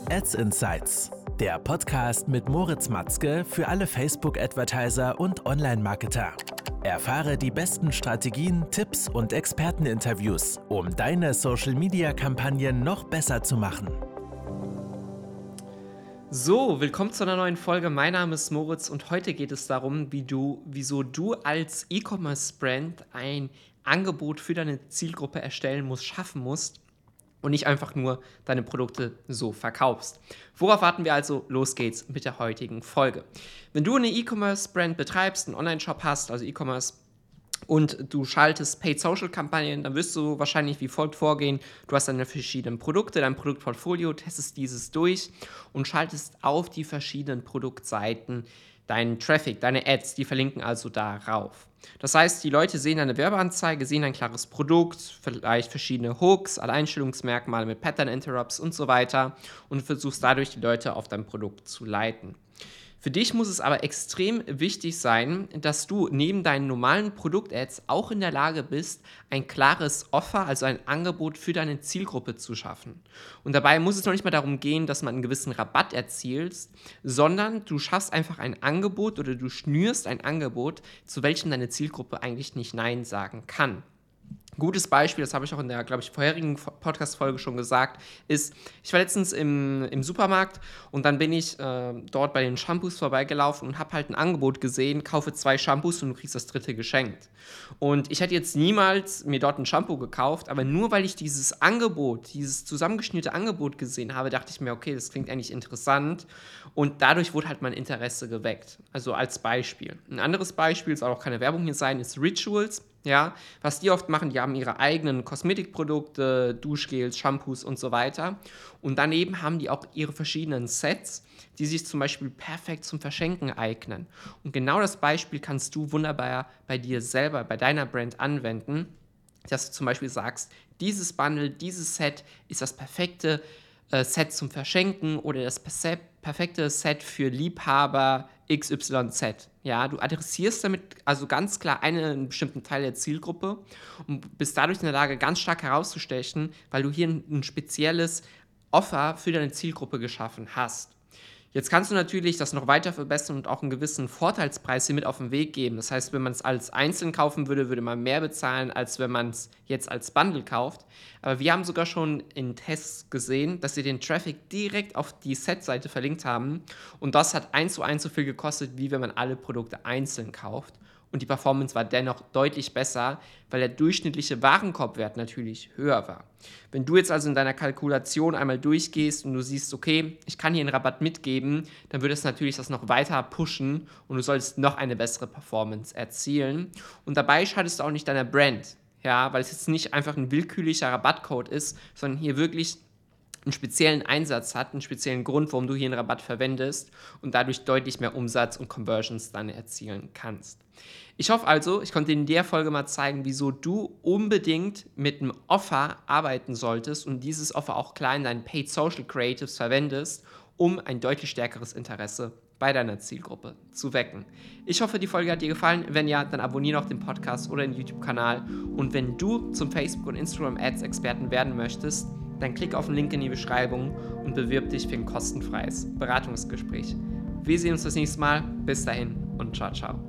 Ads Insights, der Podcast mit Moritz Matzke für alle Facebook-Advertiser und Online-Marketer. Erfahre die besten Strategien, Tipps und Experteninterviews, um deine Social-Media-Kampagnen noch besser zu machen. So, willkommen zu einer neuen Folge. Mein Name ist Moritz und heute geht es darum, wieso du als E-Commerce-Brand ein Angebot für deine Zielgruppe erstellen musst, schaffen musst und nicht einfach nur deine Produkte so verkaufst. Worauf warten wir also? Los geht's mit der heutigen Folge. Wenn du eine E-Commerce-Brand betreibst, einen Online-Shop hast, also E-Commerce, und du schaltest Paid-Social-Kampagnen, dann wirst du wahrscheinlich wie folgt vorgehen. Du hast deine verschiedenen Produkte, dein Produktportfolio, testest dieses durch und schaltest auf die verschiedenen Produktseiten deinen Traffic, deine Ads, die verlinken also darauf. Das heißt, die Leute sehen eine Werbeanzeige, sehen ein klares Produkt, vielleicht verschiedene Hooks, Alleinstellungsmerkmale mit Pattern-Interrupts und so weiter und versuchst dadurch die Leute auf dein Produkt zu leiten. Für dich muss es aber extrem wichtig sein, dass du neben deinen normalen Produkt-Ads auch in der Lage bist, ein klares Offer, also ein Angebot für deine Zielgruppe zu schaffen. Und dabei muss es noch nicht mal darum gehen, dass man einen gewissen Rabatt erzielst, sondern du schaffst einfach ein Angebot oder du schnürst ein Angebot, zu welchem deine Zielgruppe eigentlich nicht Nein sagen kann. Gutes Beispiel, das habe ich auch in der, vorherigen Podcast-Folge schon gesagt, ist, ich war letztens im Supermarkt und dann bin ich dort bei den Shampoos vorbeigelaufen und habe halt ein Angebot gesehen, kaufe 2 Shampoos und du kriegst das 3. geschenkt. Und ich hätte jetzt niemals mir dort ein Shampoo gekauft, aber nur weil ich dieses Angebot, dieses zusammengeschnürte Angebot gesehen habe, dachte ich mir, okay, das klingt eigentlich interessant und dadurch wurde halt mein Interesse geweckt. Also als Beispiel. Ein anderes Beispiel, soll auch keine Werbung hier sein, ist Rituals. Ja, was die oft machen, die haben ihre eigenen Kosmetikprodukte, Duschgels, Shampoos und so weiter. Und daneben haben die auch ihre verschiedenen Sets, die sich zum Beispiel perfekt zum Verschenken eignen. Und genau das Beispiel kannst du wunderbar bei dir selber, bei deiner Brand anwenden, dass du zum Beispiel sagst, dieses Bundle, dieses Set ist das perfekte Set zum Verschenken oder das perfekte Set für Liebhaber XYZ. Ja, du adressierst damit also ganz klar einen bestimmten Teil der Zielgruppe und bist dadurch in der Lage, ganz stark herauszustechen, weil du hier ein spezielles Offer für deine Zielgruppe geschaffen hast. Jetzt kannst du natürlich das noch weiter verbessern und auch einen gewissen Vorteilspreis hier mit auf den Weg geben. Das heißt, wenn man es als einzeln kaufen würde, würde man mehr bezahlen, als wenn man es jetzt als Bundle kauft. Aber wir haben sogar schon in Tests gesehen, dass sie den Traffic direkt auf die Set-Seite verlinkt haben. Und das hat 1:1 so viel gekostet, wie wenn man alle Produkte einzeln kauft. Und die Performance war dennoch deutlich besser, weil der durchschnittliche Warenkorbwert natürlich höher war. Wenn du jetzt also in deiner Kalkulation einmal durchgehst und du siehst, okay, ich kann hier einen Rabatt mitgeben, dann würde es natürlich das noch weiter pushen und du solltest noch eine bessere Performance erzielen. Und dabei schadest du auch nicht deiner Brand, ja, weil es jetzt nicht einfach ein willkürlicher Rabattcode ist, sondern hier wirklich einen speziellen Einsatz hat, einen speziellen Grund, warum du hier einen Rabatt verwendest und dadurch deutlich mehr Umsatz und Conversions dann erzielen kannst. Ich hoffe also, ich konnte in der Folge mal zeigen, wieso du unbedingt mit einem Offer arbeiten solltest und dieses Offer auch klar in deinen Paid Social Creatives verwendest, um ein deutlich stärkeres Interesse bei deiner Zielgruppe zu wecken. Ich hoffe, die Folge hat dir gefallen. Wenn ja, dann abonniere noch den Podcast oder den YouTube-Kanal. Und wenn du zum Facebook- und Instagram-Ads-Experten werden möchtest, dann klick auf den Link in die Beschreibung und bewirb dich für ein kostenfreies Beratungsgespräch. Wir sehen uns das nächste Mal. Bis dahin und ciao, ciao.